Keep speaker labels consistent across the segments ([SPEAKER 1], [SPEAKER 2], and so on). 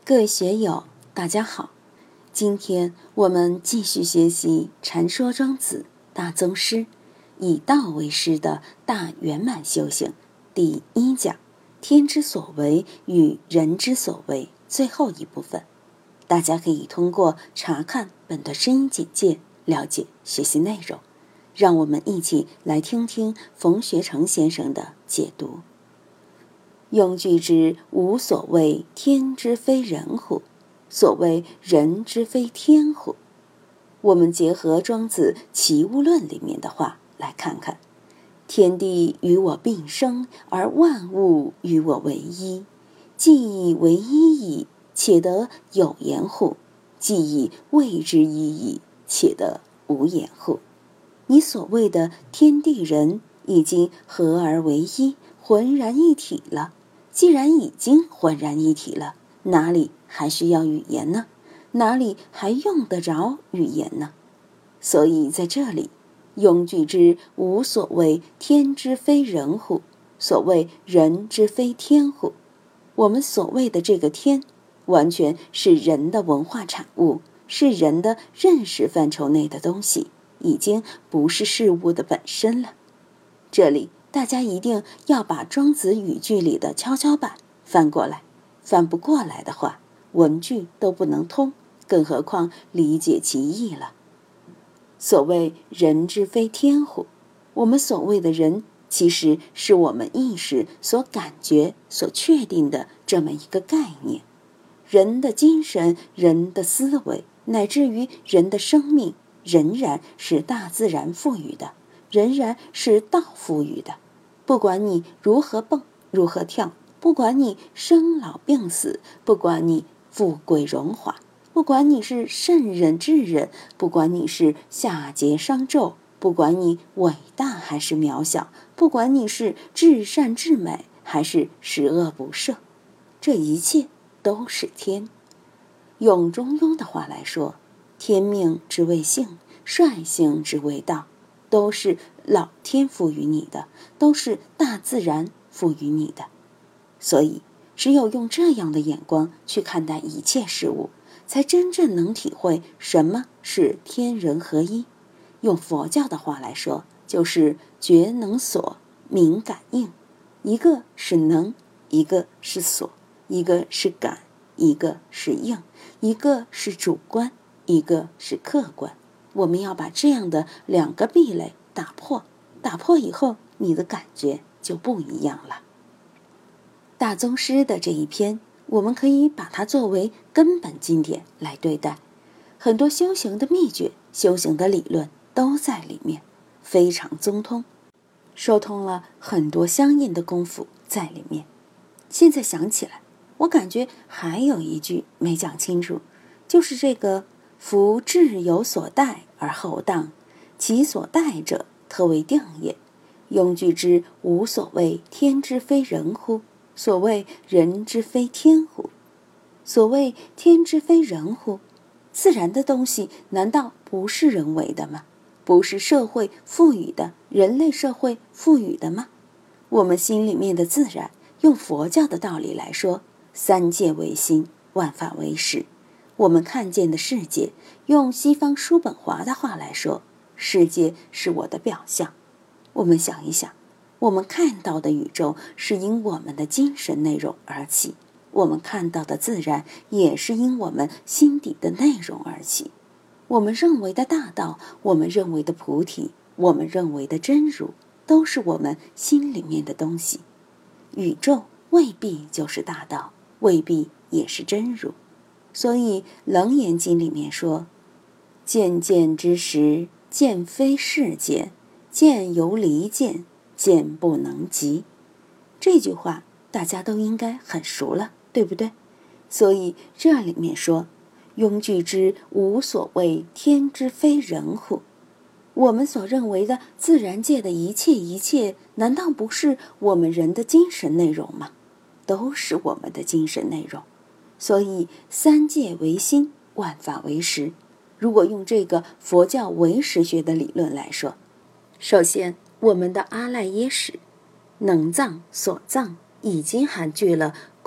[SPEAKER 1] 各位学友，大家好。今天我们继续学习《禅说庄子大宗师，以道为师的大圆满修行》第1讲天之所为与人之所为最后一部分。大家可以通过查看本段声音简介了解学习内容。让我们一起来听听冯学成先生的解读。庸句之无所谓天之非人乎？所谓人之非天乎？我们结合庄子《齐物论》里面的话来看看：天地与我并生，而万物与我为一。既以为一矣，且得有言乎？既以谓之一矣，且得无言乎？你所谓的天地人已经合而为一，浑然一体了。既然已经浑然一体了，哪里还需要语言呢？哪里还用得着语言呢？所以在这里，庸句之无所谓天之非人乎？所谓人之非天乎？我们所谓的这个天，完全是人的文化产物，是人的认识范畴内的东西，已经不是事物的本身了。这里大家一定要把庄子语句里的跷跷板翻过来，翻不过来的话，文句都不能通，更何况理解其意了。所谓人之非天乎？我们所谓的人，其实是我们意识所感觉、所确定的这么一个概念。人的精神、人的思维，乃至于人的生命，仍然是大自然赋予的，仍然是道赋予的。不管你如何蹦，如何跳，不管你生老病死，不管你富贵荣华，不管你是圣人智人，不管你是下劫商纣，不管你伟大还是渺小，不管你是至善至美还是十恶不赦，这一切都是天。用中庸的话来说，天命之谓性，率性之谓道，都是老天赋予你的，都是大自然赋予你的。所以只有用这样的眼光去看待一切事物，才真正能体会什么是天人合一。用佛教的话来说，就是觉能所，明感应。一个是能，一个是所，一个是感，一个是应，一个是主观，一个是客观。我们要把这样的两个壁垒打破，打破以后，你的感觉就不一样了。大宗师的这一篇，我们可以把它作为根本经典来对待，很多修行的秘诀、修行的理论都在里面，非常宗通，说通了很多相应的功夫在里面。现在想起来，我感觉还有一句没讲清楚，就是这个夫志有所待而后当，其所待者特为定也。庸句之无所谓天之非人乎？所谓人之非天乎？所谓天之非人乎？自然的东西难道不是人为的吗？不是社会赋予的，人类社会赋予的吗？我们心里面的自然，用佛教的道理来说，三界为心，万法为识。我们看见的世界，用西方叔本华的话来说，世界是我的表象。我们想一想，我们看到的宇宙是因我们的精神内容而起，我们看到的自然也是因我们心底的内容而起。我们认为的大道，我们认为的菩提，我们认为的真如，都是我们心里面的东西。宇宙未必就是大道，未必也是真如。所以《楞严经》里面说，见见之时，见非是见，见犹离见，见不能及。这句话大家都应该很熟了，对不对？所以这里面说，庸句之无所谓天之非人乎？我们所认为的自然界的一切，难道不是我们人的精神内容吗？都是我们的精神内容。所以三界为心，万法为识。如果用这个佛教唯识学的理论来说，首先我们的阿赖耶识、能藏、所藏已经含具了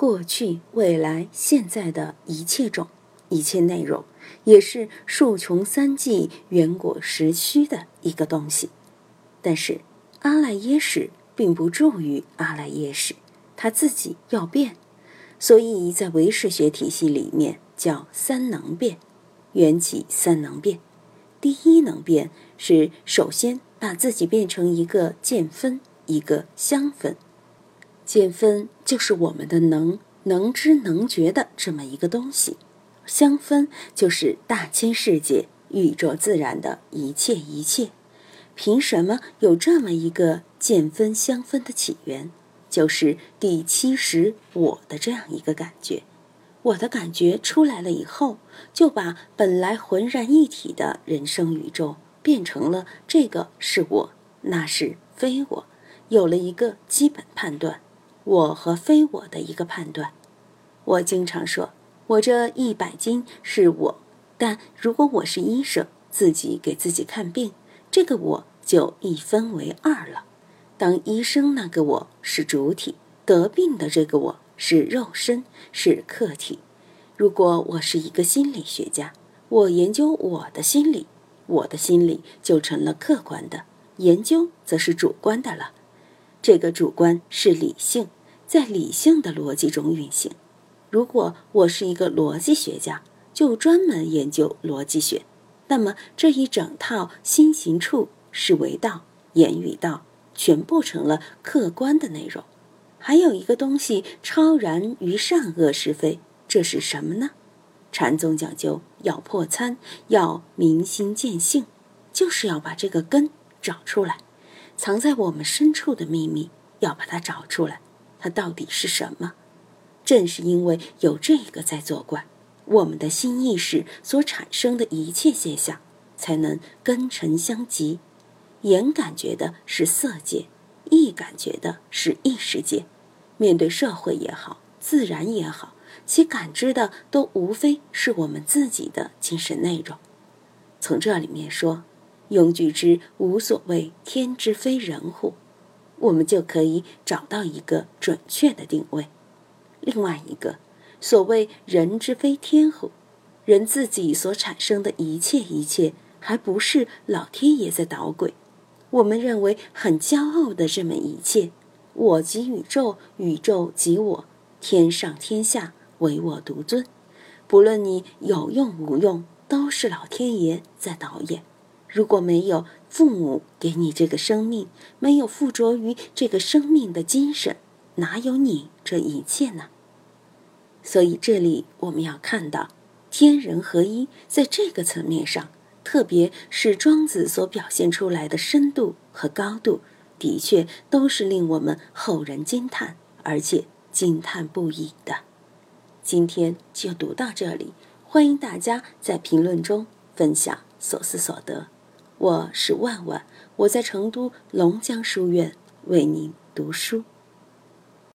[SPEAKER 1] 过去、未来、现在的一切种、一切内容，也是树穷三季、圆果实虚的一个东西。但是阿赖耶识并不助于阿赖耶识，他自己要变，所以在唯识学体系里面叫三能变，缘起三能变。第一能变是首先把自己变成一个见分，一个相分。见分就是我们的能知能觉的这么一个东西，相分就是大千世界宇宙自然的一切一切。凭什么有这么一个见分相分的起源？就是第70我的这样一个感觉。我的感觉出来了以后，就把本来浑然一体的人生宇宙变成了这个是我，那是非我，有了一个基本判断，我和非我的一个判断。我经常说，我这100斤是我，但如果我是医生，自己给自己看病，这个我就一分为二了。当医生那个我是主体，得病的这个我是肉身，是客体。如果我是一个心理学家，我研究我的心理，我的心理就成了客观的，研究则是主观的了。这个主观是理性，在理性的逻辑中运行。如果我是一个逻辑学家，就专门研究逻辑学，那么这一整套心行处、是为道、言语道，全部成了客观的内容。还有一个东西超然于善恶是非，这是什么呢？禅宗讲究要破参，要明心见性，就是要把这个根找出来，藏在我们深处的秘密要把它找出来，它到底是什么？正是因为有这个在作怪，我们的心意识所产生的一切现象才能根尘相即。眼感觉的是色界，意感觉的是意识界。面对社会也好，自然也好，其感知的都无非是我们自己的精神内容。从这里面说，用句之无所谓天之非人乎，我们就可以找到一个准确的定位。另外一个，所谓人之非天乎，人自己所产生的一切一切，还不是老天爷在捣鬼。我们认为很骄傲的这么一切，我即宇宙，宇宙即我，天上天下唯我独尊，不论你有用无用，都是老天爷在导演。如果没有父母给你这个生命，没有附着于这个生命的精神，哪有你这一切呢？所以这里我们要看到天人合一，在这个层面上，特别是庄子所表现出来的深度和高度，的确都是令我们后人惊叹，而且惊叹不已的。今天就读到这里，欢迎大家在评论中分享所思所得。我是万万，我在成都龙江书院为您读书。